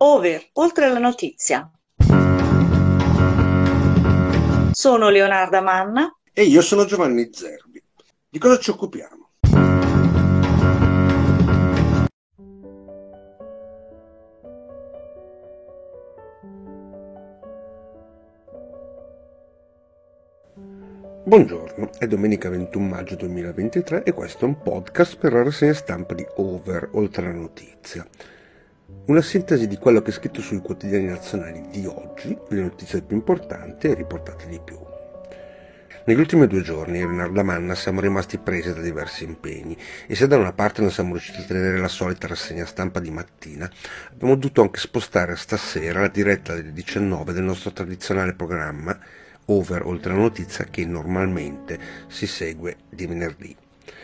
Over, oltre la notizia. Sono Leonarda Manna. E io sono Giovanni Zerbi. Di cosa ci occupiamo? Buongiorno, è domenica 21 maggio 2023 e questo è un podcast per la rassegna stampa di Over, oltre la notizia. Una sintesi di quello che è scritto sui quotidiani nazionali di oggi, le notizie più importanti e riportate di più. Negli ultimi 2 giorni, io e Leonarda Manna siamo rimasti presi da diversi impegni e se da una parte non siamo riusciti a tenere la solita rassegna stampa di mattina, abbiamo dovuto anche spostare a stasera la diretta alle 19 del nostro tradizionale programma Over, oltre la notizia, che normalmente si segue di venerdì.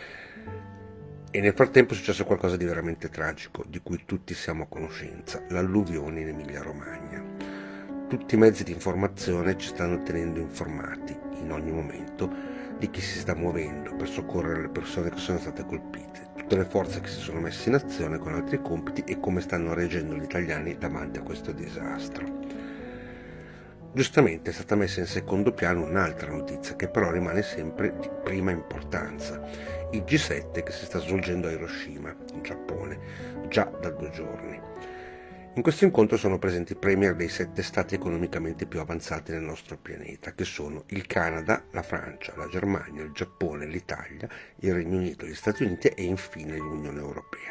E nel frattempo è successo qualcosa di veramente tragico, di cui tutti siamo a conoscenza, l'alluvione in Emilia-Romagna. Tutti i mezzi di informazione ci stanno tenendo informati, in ogni momento, di chi si sta muovendo per soccorrere le persone che sono state colpite, tutte le forze che si sono messe in azione con altri compiti e come stanno reagendo gli italiani davanti a questo disastro. Giustamente è stata messa in secondo piano un'altra notizia che però rimane sempre di prima importanza, il G7 che si sta svolgendo a Hiroshima, in Giappone, già da 2 giorni. In questo incontro sono presenti i premier dei 7 stati economicamente più avanzati del nostro pianeta, che sono il Canada, la Francia, la Germania, il Giappone, l'Italia, il Regno Unito, gli Stati Uniti e infine l'Unione Europea.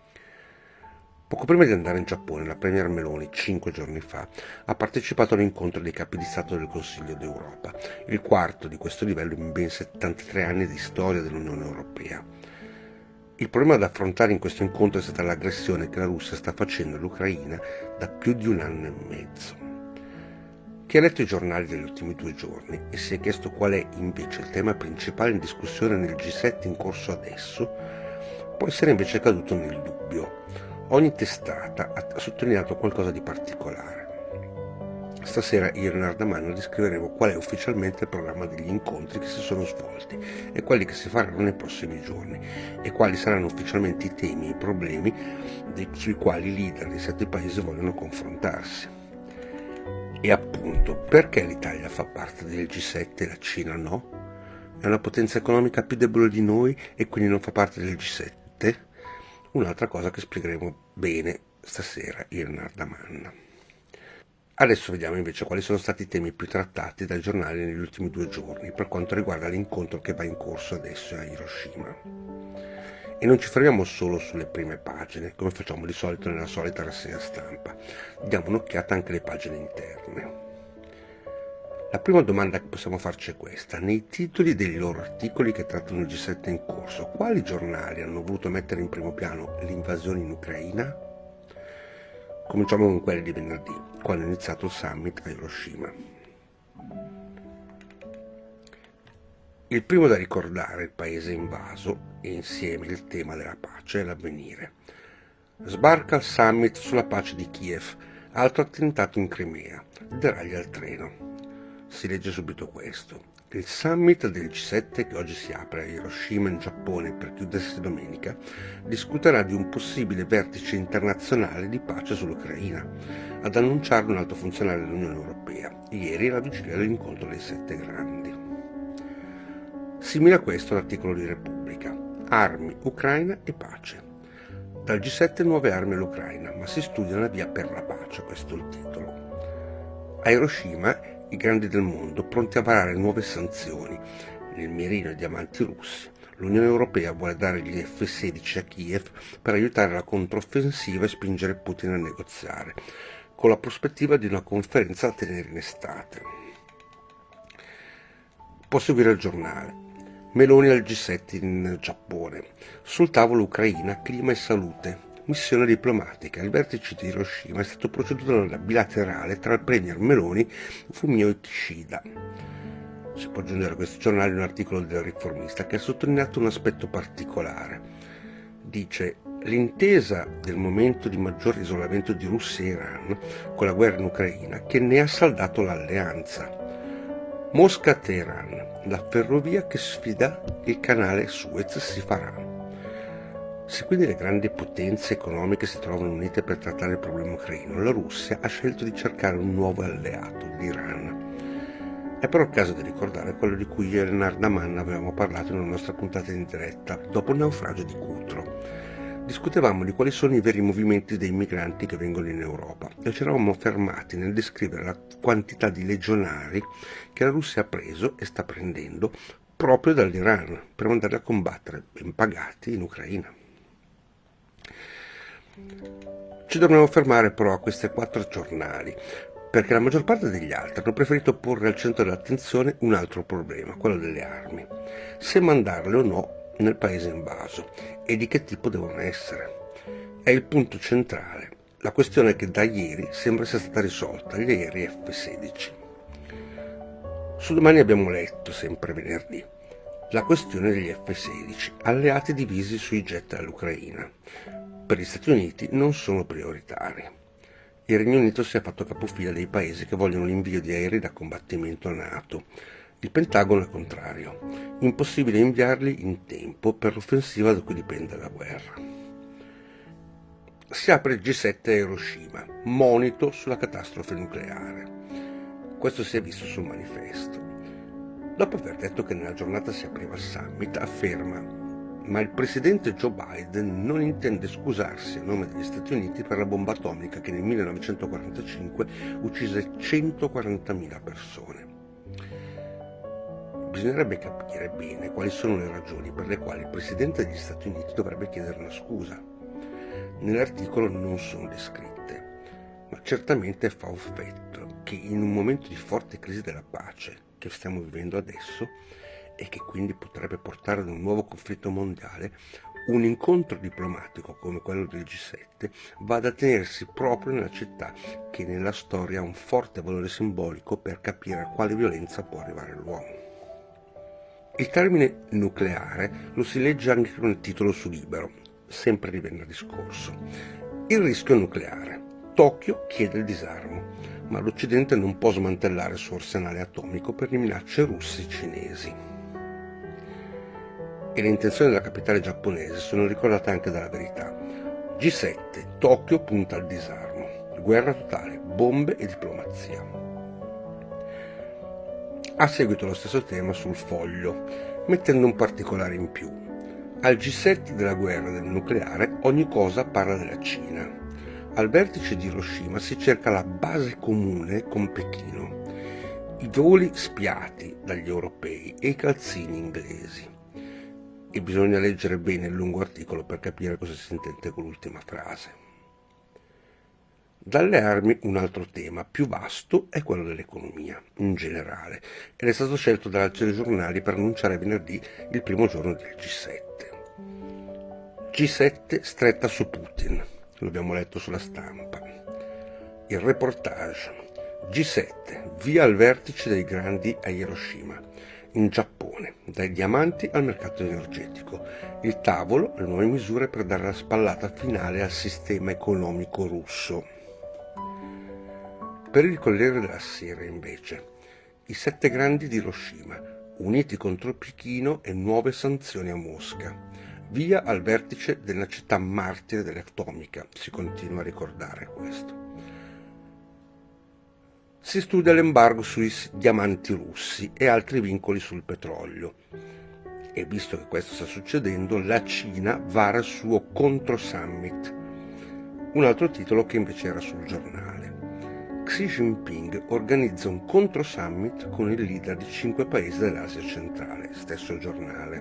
Poco prima di andare in Giappone, la premier Meloni, 5 giorni fa, ha partecipato all'incontro dei capi di Stato del Consiglio d'Europa, il quarto di questo livello in ben 73 anni di storia dell'Unione Europea. Il problema da affrontare in questo incontro è stata l'aggressione che la Russia sta facendo all'Ucraina da più di 1 anno e mezzo. Chi ha letto i giornali degli ultimi 2 giorni e si è chiesto qual è invece il tema principale in discussione nel G7 in corso adesso, può essere invece caduto nel dubbio. Ogni testata ha sottolineato qualcosa di particolare. Stasera io e Leonarda Manna descriveremo qual è ufficialmente il programma degli incontri che si sono svolti e quelli che si faranno nei prossimi giorni e quali saranno ufficialmente i temi e i problemi sui quali i leader dei 7 paesi vogliono confrontarsi. E appunto, perché l'Italia fa parte del G7 e la Cina no? È una potenza economica più debole di noi e quindi non fa parte del G7? Un'altra cosa che spiegheremo bene stasera io e Leonarda Manna. Adesso vediamo invece quali sono stati i temi più trattati dai giornali negli ultimi 2 giorni per quanto riguarda l'incontro che va in corso adesso a Hiroshima. E non ci fermiamo solo sulle prime pagine, come facciamo di solito nella solita rassegna stampa. Diamo un'occhiata anche alle pagine interne. La prima domanda che possiamo farci è questa. Nei titoli dei loro articoli che trattano il G7 in corso, quali giornali hanno voluto mettere in primo piano l'invasione in Ucraina? Cominciamo con quelli di venerdì, quando è iniziato il summit a Hiroshima. Il primo da ricordare il paese invaso e insieme il tema della pace e l'avvenire. Sbarca al summit sulla pace di Kiev, altro attentato in Crimea, deraglia al treno. Si legge subito questo. Il summit del G7 che oggi si apre a Hiroshima in Giappone per chiudersi domenica discuterà di un possibile vertice internazionale di pace sull'Ucraina, ad annunciarlo un alto funzionario dell'Unione Europea, ieri alla vigilia dell'incontro dei 7 grandi. Simile a questo l'articolo di Repubblica. Armi, Ucraina e pace. Dal G7 nuove armi all'Ucraina, ma si studia una via per la pace, questo è il titolo. A Hiroshima i grandi del mondo pronti a varare nuove sanzioni. Nel mirino i diamanti russi. L'Unione Europea vuole dare gli F-16 a Kiev per aiutare la controffensiva e spingere Putin a negoziare, con la prospettiva di una conferenza da tenere in estate. Può seguire il giornale. Meloni al G7 in Giappone. Sul tavolo Ucraina, clima e salute. Missione diplomatica. Il vertice di Hiroshima è stato proceduto da bilaterale tra il premier Meloni e Fumio Kishida. Si può aggiungere a questo giornale un articolo del Riformista che ha sottolineato un aspetto particolare. Dice: l'intesa del momento di maggior isolamento di Russia e Iran con la guerra in Ucraina che ne ha saldato l'alleanza. Mosca-Teheran, la ferrovia che sfida il canale Suez si farà. Se quindi le grandi potenze economiche si trovano unite per trattare il problema ucraino, la Russia ha scelto di cercare un nuovo alleato, l'Iran. È però il caso di ricordare quello di cui io e Leonardo Manna avevamo parlato in una nostra puntata in diretta, dopo il naufragio di Cutro. Discutevamo di quali sono i veri movimenti dei migranti che vengono in Europa e ci eravamo fermati nel descrivere la quantità di legionari che la Russia ha preso e sta prendendo proprio dall'Iran per mandare a combattere, ben pagati, in Ucraina. Ci dovremmo fermare però a questi 4 giornali, perché la maggior parte degli altri hanno preferito porre al centro dell'attenzione un altro problema, quello delle armi. Se mandarle o no nel paese invaso e di che tipo devono essere. È il punto centrale, la questione che da ieri sembra sia stata risolta, gli aerei F-16. Su Domani abbiamo letto, sempre venerdì, la questione degli F-16, alleati divisi sui jet all'Ucraina. Per gli Stati Uniti non sono prioritari. Il Regno Unito si è fatto capofila dei paesi che vogliono l'invio di aerei da combattimento a NATO. Il Pentagono è contrario. Impossibile inviarli in tempo per l'offensiva da cui dipende la guerra. Si apre il G7 a Hiroshima, monito sulla catastrofe nucleare. Questo si è visto sul manifesto. Dopo aver detto che nella giornata si apriva il summit, afferma: ma il presidente Joe Biden non intende scusarsi a nome degli Stati Uniti per la bomba atomica che nel 1945 uccise 140.000 persone. Bisognerebbe capire bene quali sono le ragioni per le quali il presidente degli Stati Uniti dovrebbe chiedere una scusa. Nell'articolo non sono descritte, ma certamente fa effetto che in un momento di forte crisi della pace che stiamo vivendo adesso e che quindi potrebbe portare ad un nuovo conflitto mondiale, un incontro diplomatico come quello del G7 vada a tenersi proprio nella città che nella storia ha un forte valore simbolico per capire a quale violenza può arrivare l'uomo. Il termine nucleare lo si legge anche con il titolo su Libero, sempre di venerdì scorso. Il rischio nucleare. Tokyo chiede il disarmo, ma l'Occidente non può smantellare il suo arsenale atomico per le minacce russe e cinesi. E le intenzioni della capitale giapponese sono ricordate anche dalla Verità. G7, Tokyo punta al disarmo, guerra totale, bombe e diplomazia. Ha seguito lo stesso tema sul Foglio, mettendo un particolare in più. Al G7 della guerra del nucleare ogni cosa parla della Cina. Al vertice di Hiroshima si cerca la base comune con Pechino, i voli spiati dagli europei e i calzini inglesi. E bisogna leggere bene il lungo articolo per capire cosa si intende con l'ultima frase. Dalle armi un altro tema più vasto è quello dell'economia in generale ed è stato scelto da altri giornali per annunciare venerdì il primo giorno del G7. G7 stretta su Putin, lo abbiamo letto sulla stampa. Il reportage: G7, via al vertice dei grandi a Hiroshima, in Giappone, dai diamanti al mercato energetico. Il tavolo, le nuove misure per dare la spallata finale al sistema economico russo. Per il Corriere della Sera, invece, i 7 grandi di Hiroshima, uniti contro Pechino e nuove sanzioni a Mosca. Via al vertice della città martire dell'atomica, si continua a ricordare questo. Si studia l'embargo sui diamanti russi e altri vincoli sul petrolio. E visto che questo sta succedendo, la Cina vara il suo contro-summit. Un altro titolo che invece era sul giornale. Xi Jinping organizza un contro-summit con il leader di 5 paesi dell'Asia centrale, stesso giornale.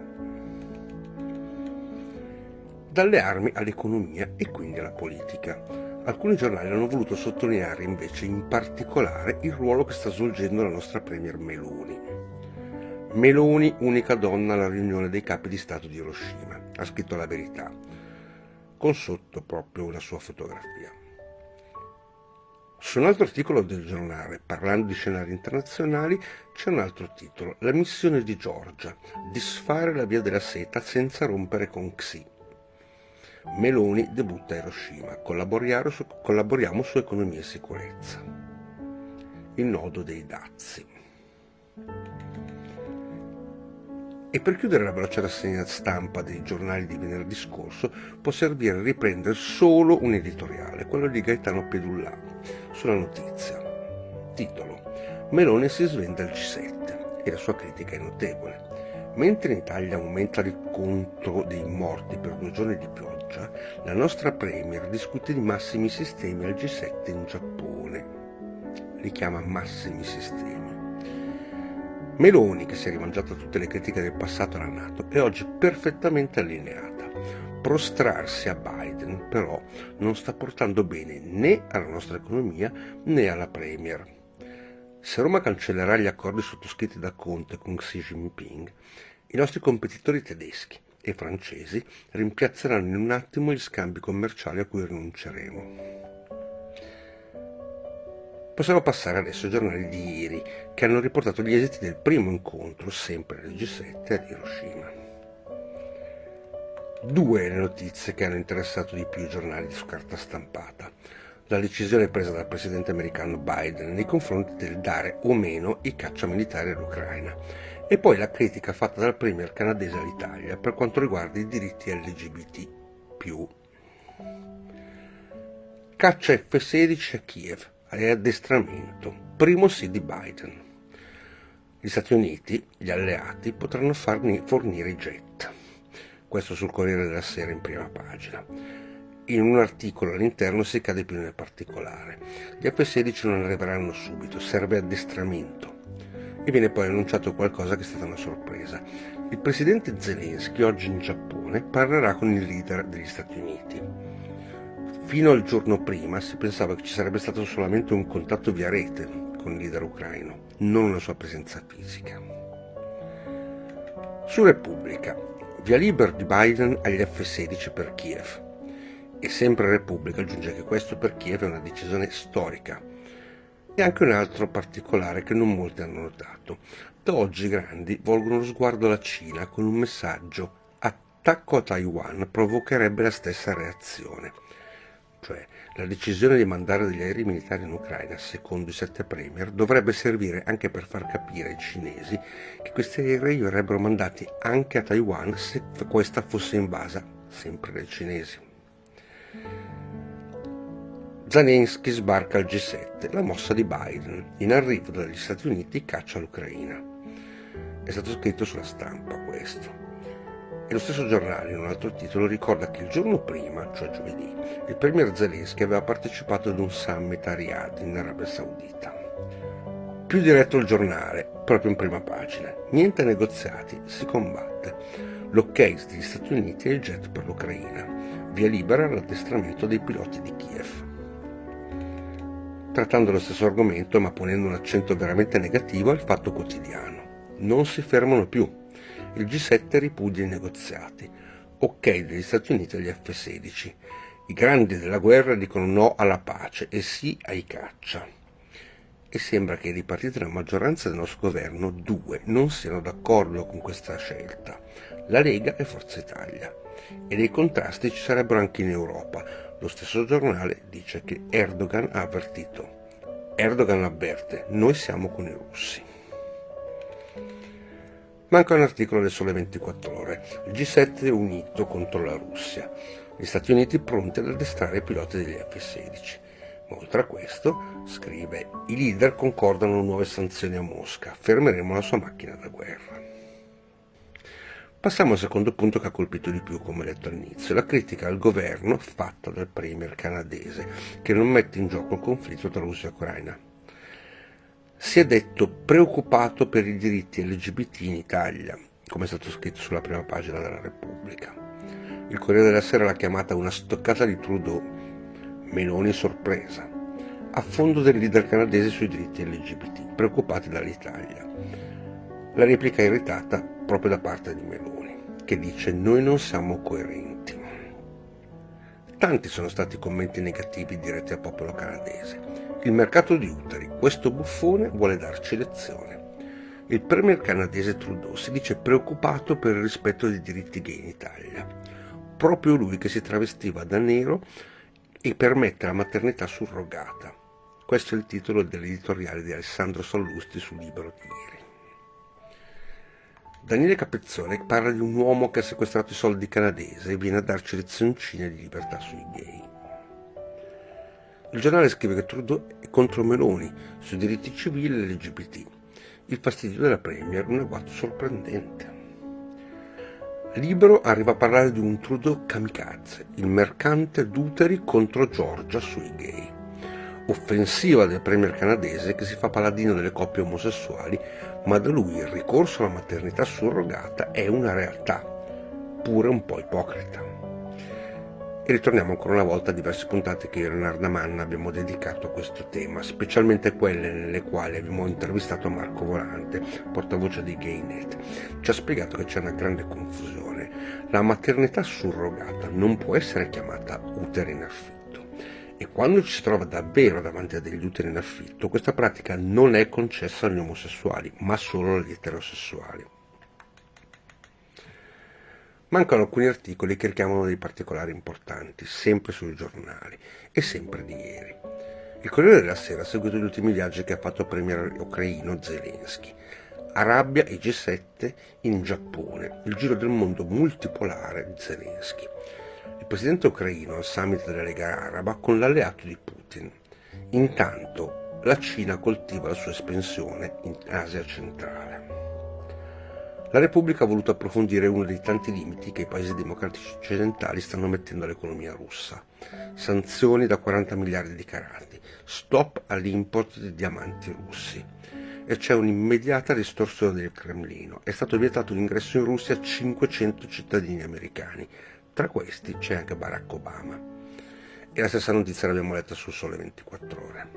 Dalle armi all'economia e quindi alla politica. Alcuni giornali hanno voluto sottolineare invece in particolare il ruolo che sta svolgendo la nostra premier Meloni. Meloni, unica donna alla riunione dei capi di Stato di Hiroshima, ha scritto La Verità, con sotto proprio una sua fotografia. Su un altro articolo del giornale, parlando di scenari internazionali, c'è un altro titolo: La missione di Giorgia, disfare la via della seta senza rompere con Xi. Meloni debutta a Hiroshima, collaboriamo su economia e sicurezza. Il nodo dei dazi. E per chiudere la veloce rassegna stampa dei giornali di venerdì scorso può servire a riprendere solo un editoriale, quello di Gaetano Pedullano, sulla notizia. Titolo: Meloni si svenda il G7 e la sua critica è notevole. Mentre in Italia aumenta il conto dei morti per 2 giorni di pioggia, la nostra Premier discute di massimi sistemi al G7 in Giappone. Li chiama massimi sistemi. Meloni, che si è rimangiata tutte le critiche del passato alla NATO, è oggi perfettamente allineata. Prostrarsi a Biden, però, non sta portando bene né alla nostra economia né alla Premier. Se Roma cancellerà gli accordi sottoscritti da Conte con Xi Jinping, i nostri competitori tedeschi e francesi rimpiazzeranno in un attimo gli scambi commerciali a cui rinunceremo. Possiamo passare adesso ai giornali di ieri, che hanno riportato gli esiti del primo incontro, sempre del G7, ad Hiroshima. 2 le notizie che hanno interessato di più i giornali su carta stampata. La decisione presa dal presidente americano Biden nei confronti del dare o meno i cacciamilitari all'Ucraina, e poi la critica fatta dal premier canadese all'Italia per quanto riguarda i diritti LGBT+. Caccia F-16 a Kiev e addestramento, primo sì di Biden. Gli Stati Uniti, gli alleati, potranno fornire i jet. Questo sul Corriere della Sera in prima pagina. In un articolo all'interno si cade più nel particolare. Gli F-16 non arriveranno subito, serve addestramento. E viene poi annunciato qualcosa che è stata una sorpresa. Il presidente Zelensky oggi in Giappone parlerà con il leader degli Stati Uniti. Fino al giorno prima si pensava che ci sarebbe stato solamente un contatto via rete con il leader ucraino, non una sua presenza fisica. Su Repubblica, via libera di Biden agli F-16 per Kiev. E sempre Repubblica aggiunge che questo per Kiev è una decisione storica. E anche un altro particolare che non molti hanno notato. Da oggi i grandi volgono lo sguardo alla Cina con un messaggio: attacco a Taiwan provocherebbe la stessa reazione. Cioè, la decisione di mandare degli aerei militari in Ucraina, secondo i 7 premier, dovrebbe servire anche per far capire ai cinesi che questi aerei verrebbero mandati anche a Taiwan se questa fosse invasa, sempre dai cinesi. Zelensky sbarca al G7, la mossa di Biden, in arrivo dagli Stati Uniti caccia l'Ucraina. È stato scritto sulla Stampa questo. E lo stesso giornale, in un altro titolo, ricorda che il giorno prima, cioè giovedì, il premier Zelensky aveva partecipato ad un summit a Riyadh, in Arabia Saudita. Più diretto il giornale, proprio in prima pagina. Niente negoziati, si combatte. L'ok degli Stati Uniti e il jet per l'Ucraina. Via libera all'addestramento dei piloti di Kiev. Trattando lo stesso argomento, ma ponendo un accento veramente negativo, al Fatto Quotidiano. Non si fermano più. Il G7 ripudia i negoziati. Ok degli Stati Uniti agli F-16. I grandi della guerra dicono no alla pace e sì ai caccia. E sembra che i partiti della maggioranza del nostro governo, 2, non siano d'accordo con questa scelta. La Lega e Forza Italia. E dei contrasti ci sarebbero anche in Europa. Lo stesso giornale dice che Erdogan ha avvertito. Erdogan avverte, noi siamo con i russi. Manca un articolo del Sole 24 Ore. Il G7 è unito contro la Russia. Gli Stati Uniti pronti ad addestrare i piloti degli F-16. Ma oltre a questo, scrive, i leader concordano nuove sanzioni a Mosca. Fermeremo la sua macchina da guerra. Passiamo al secondo punto che ha colpito di più, come detto all'inizio, la critica al governo fatta dal premier canadese, che non mette in gioco il conflitto tra Russia e Ucraina. Si è detto preoccupato per i diritti LGBT in Italia, come è stato scritto sulla prima pagina della Repubblica. Il Corriere della Sera l'ha chiamata una stoccata di Trudeau, Meloni sorpresa, affondo del leader canadese sui diritti LGBT, preoccupati dall'Italia. La replica irritata proprio da parte di Meloni, che dice noi non siamo coerenti. Tanti sono stati i commenti negativi diretti al popolo canadese. Il mercato di uteri, questo buffone vuole darci lezione. Il premier canadese Trudeau si dice preoccupato per il rispetto dei diritti gay in Italia. Proprio lui che si travestiva da nero e permette la maternità surrogata. Questo è il titolo dell'editoriale di Alessandro Sallusti su Libero di ieri. Daniele Capezzone parla di un uomo che ha sequestrato i soldi canadesi e viene a darci lezioncine di libertà sui gay. Il giornale scrive che Trudeau è contro Meloni sui diritti civili e LGBT. Il fastidio della Premier, un agguato sorprendente. Libero arriva a parlare di un Trudeau kamikaze, il mercante d'uteri contro Georgia sui gay. Offensiva del premier canadese che si fa paladino delle coppie omosessuali, ma da lui il ricorso alla maternità surrogata è una realtà, pure un po' ipocrita. E ritorniamo ancora una volta a diverse puntate che io e Leonardo Manna abbiamo dedicato a questo tema, specialmente quelle nelle quali abbiamo intervistato Marco Volante, portavoce di Gaynet. Ci ha spiegato che c'è una grande confusione. La maternità surrogata non può essere chiamata utero in affitto. E quando ci si trova davvero davanti a degli uteri in affitto, questa pratica non è concessa agli omosessuali, ma solo agli eterosessuali. Mancano alcuni articoli che richiamano dei particolari importanti, sempre sui giornali, e sempre di ieri. Il Corriere della Sera ha seguito gli ultimi viaggi che ha fatto il premier ucraino Zelensky. Arabia e G7 in Giappone, il giro del mondo multipolare di Zelensky. Il presidente ucraino al summit della Lega Araba con l'alleato di Putin. Intanto la Cina coltiva la sua espansione in Asia centrale. La Repubblica ha voluto approfondire uno dei tanti limiti che i paesi democratici occidentali stanno mettendo all'economia russa. Sanzioni da 40 miliardi di carati, stop all'import di diamanti russi. E c'è un'immediata ristorsione del Cremlino. È stato vietato l'ingresso in Russia a 500 cittadini americani. Tra questi c'è anche Barack Obama. E la stessa notizia l'abbiamo letta sul Sole 24 Ore.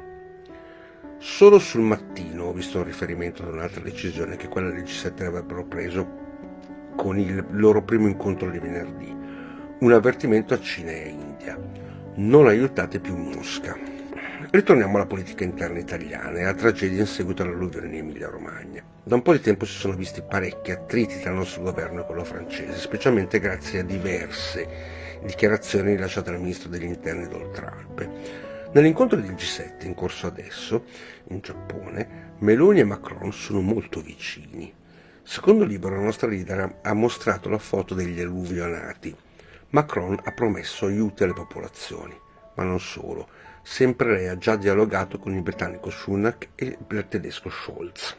Solo sul Mattino ho visto un riferimento ad un'altra decisione che quella del G7 avrebbero preso con il loro primo incontro di venerdì. Un avvertimento a Cina e a India. Non aiutate più Mosca. Ritorniamo alla politica interna italiana e alla tragedia in seguito all'alluvione in Emilia-Romagna. Da un po' di tempo si sono visti parecchi attriti tra il nostro governo e quello francese, specialmente grazie a diverse dichiarazioni rilasciate dal ministro degli interni d'Oltralpe. Nell'incontro del G7 in corso adesso, in Giappone, Meloni e Macron sono molto vicini. Secondo Libero, la nostra leader ha mostrato la foto degli alluvionati. Macron ha promesso aiuti alle popolazioni, ma non solo. Sempre lei ha già dialogato con il britannico Sunak e il tedesco Scholz.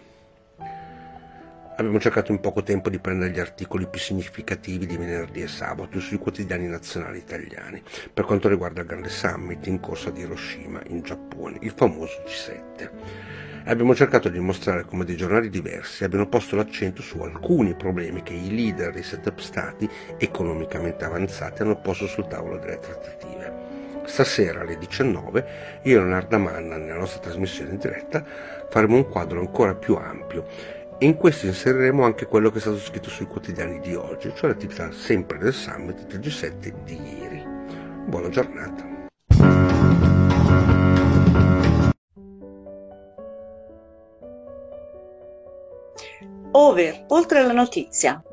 Abbiamo cercato in poco tempo di prendere gli articoli più significativi di venerdì e sabato sui quotidiani nazionali italiani per quanto riguarda il grande summit in corso ad Hiroshima, in Giappone, il famoso G7. Abbiamo cercato di mostrare come dei giornali diversi abbiano posto l'accento su alcuni problemi che i leader dei 7 stati economicamente avanzati hanno posto sul tavolo delle trattative. Stasera alle 19 io e Leonardo Manna, nella nostra trasmissione in diretta, faremo un quadro ancora più ampio e in questo inseriremo anche quello che è stato scritto sui quotidiani di oggi, cioè l'attività sempre del summit del G7 di ieri. Buona giornata. Over, oltre la notizia.